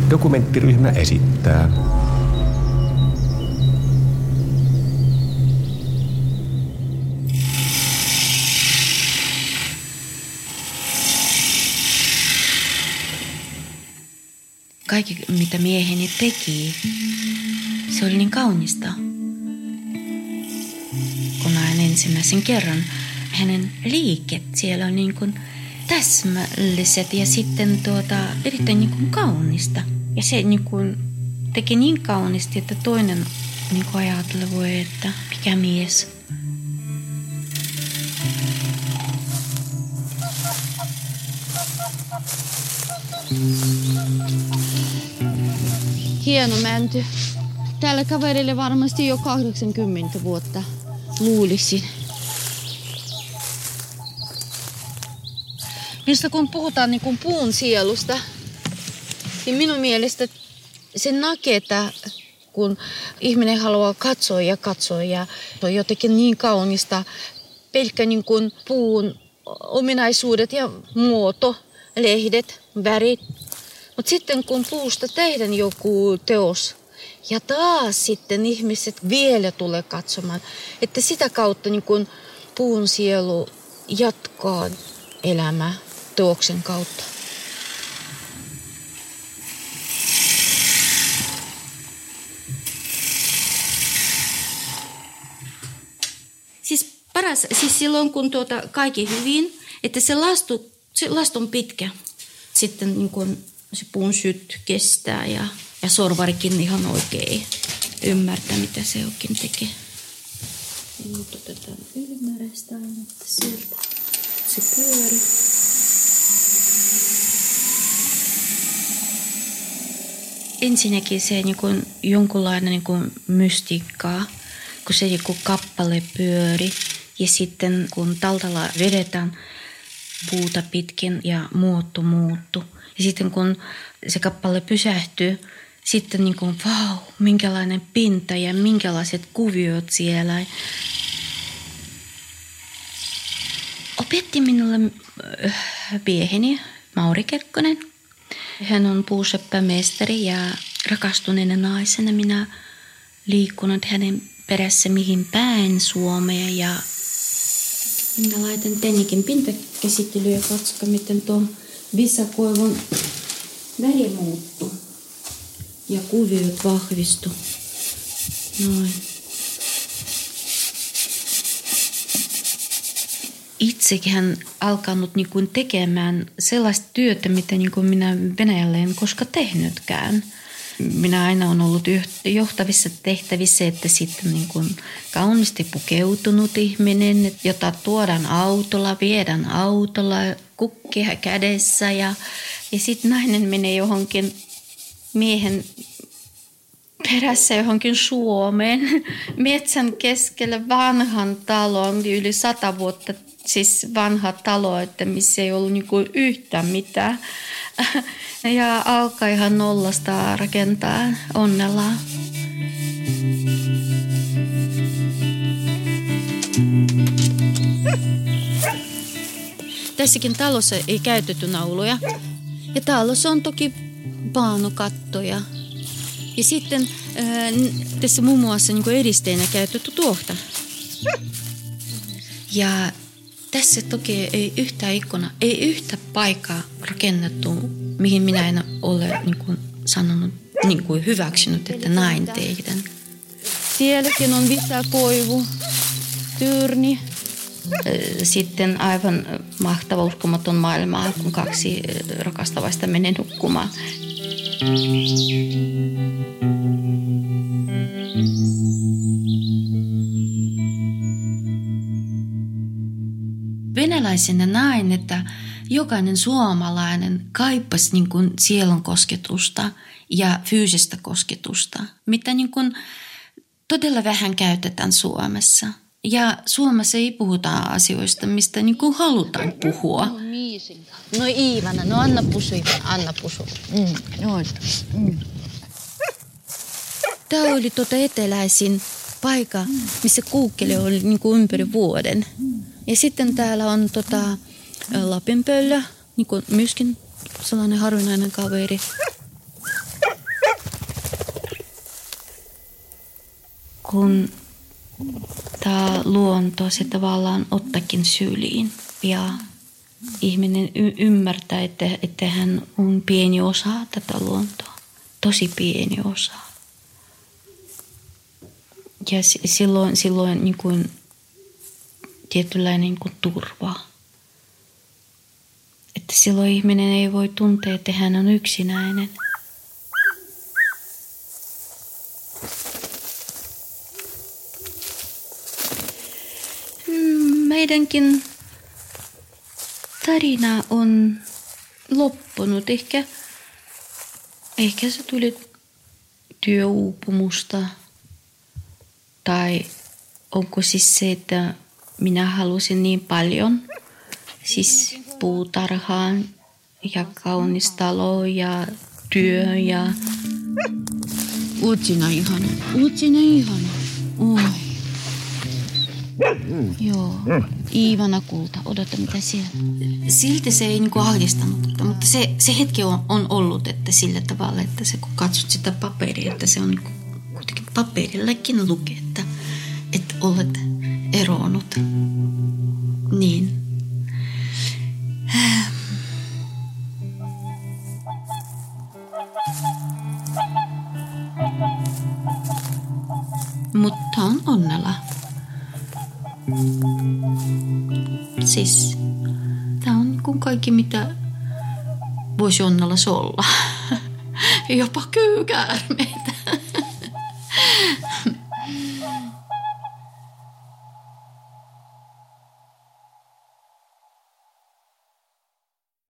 Dokumenttiryhmä esittää. Kaikki, mitä mieheni teki, se oli niin kaunista. Kun näin ensimmäisen kerran hänen liikkeet siellä on niin kuin täsmälliset ja sitten erittäin niin kuin kaunista. Ja se niin kuin teki niin kaunisti, että toinen niin kuin ajatella voi, että mikä mies. Hieno mänty. Tällä kaverille varmasti jo 80 vuotta, luulisin. Minusta kun puhutaan niin kuin puun sielusta, niin minun mielestä se naketa, kun ihminen haluaa katsoa ja se on jotenkin niin kaunista, pelkkä niin kuin puun ominaisuudet ja muoto, lehdet, värit. Mutta sitten kun puusta tehdään joku teos ja taas sitten ihmiset vielä tulee katsomaan, että sitä kautta niin kun puun sielu jatkaa elämää teoksen kautta. Siis paras, siis silloin kun kaikki hyvin, että se lastu on pitkä. Sitten niin kun se puun syt kestää ja sorvarikin ihan oikein ymmärtää, mitä se oikein tekee. Ja nyt otetaan ylimääräistä ainetta sieltä. Se pyöri. Ensinnäkin se niin kuin jonkunlainen niin kuin mystiikkaa, kun se joku kappale pyöri ja sitten kun taltalla vedetään puuta pitkin ja muotto muuttuu. Ja sitten kun se kappale pysähtyy, sitten niin kuin vau, minkälainen pinta ja minkälaiset kuviot siellä. Opetti minulle mieheni Mauri Kekkonen. Hän on puuseppämestari ja rakastuneena naisena minä liikkunut hänen perässä mihin päin Suomea. Ja minä laitan tännekin pintakäsittelyä ja katsokaa, miten tuo visakoivun väri muuttuu ja kuviot vahvistuu. Noin. Itsekin alkanut niin kuin tekemään sellaista työtä, mitä niin kuin minä Venäjällä en koskaan tehnytkään. Minä aina olen ollut johtavissa tehtävissä, että sitten niin kuin kauniisti pukeutunut ihminen, jota tuodaan autolla, viedään autolla, kukkia kädessä ja sitten nainen menee johonkin miehen perässä johonkin Suomeen, metsän keskellä vanhan talon, yli 100 vuotta, siis vanha talo, että missä ei ollut niinku yhtään mitään. Ja alkaa ihan nollasta rakentaa onnella. Tässäkin talossa ei käytetty nauluja. Ja talossa on toki paanukattoja. Ja sitten tässä muun muassa niin edisteenä käytetty tuohta. Ja tässä toki ei yhtä ikkuna, ei yhtä paikkaa rakennettu, mihin minä en ole niin kuin sanonut, niin kuin hyväksynyt, että näin tehdään. Sielläkin on visakoivu, tyrni. Sitten aivan mahtava, uskomaton maailma, kun 2 rakastavaista menee nukkumaan. Venäläisenä näin, että jokainen suomalainen kaipasi niin kuin sielun kosketusta ja fyysistä kosketusta, mitä niin kuin todella vähän käytetään Suomessa. Ja Suomessa ei puhuta asioista, mistä niin kuin halutaan puhua. No Iivana, no anna pusu. Tämä oli eteläisin paikka, missä kuukkeli oli niin kuin ympäri vuoden. Ja sitten täällä on lapinpöllö, niin kuin myöskin sellainen harvinainen kaveri. kun tämä luonto se tavallaan ottakin syliin ja ihminen ymmärtää, että hän on pieni osa tätä luontoa, tosi pieni osa. Ja silloin niin kuin tietynlainen niin kuin turva. Että silloin ihminen ei voi tuntea, että hän on yksinäinen. Meidänkin tarina on loppunut. Ehkä se tuli työuupumusta. Tai onko siis se, että minä halusin niin paljon. Siis puutarhaan ja kaunis talo ja työ ja... Oot sinä ihana. Oi. Joo. Iivana kulta. Odota mitä siellä. Silti se ei niinku ahdistanut, mutta se hetki on ollut, että sillä tavalla, että se kun katsot sitä paperia, että se on niinku kuitenkin paperillakin lukee, että olet eronnut. Niin. Mutta on onnella. Siis tämä on niin kuin kaikki, mitä voisi onnella olla. Jopa kyykäärmeitä.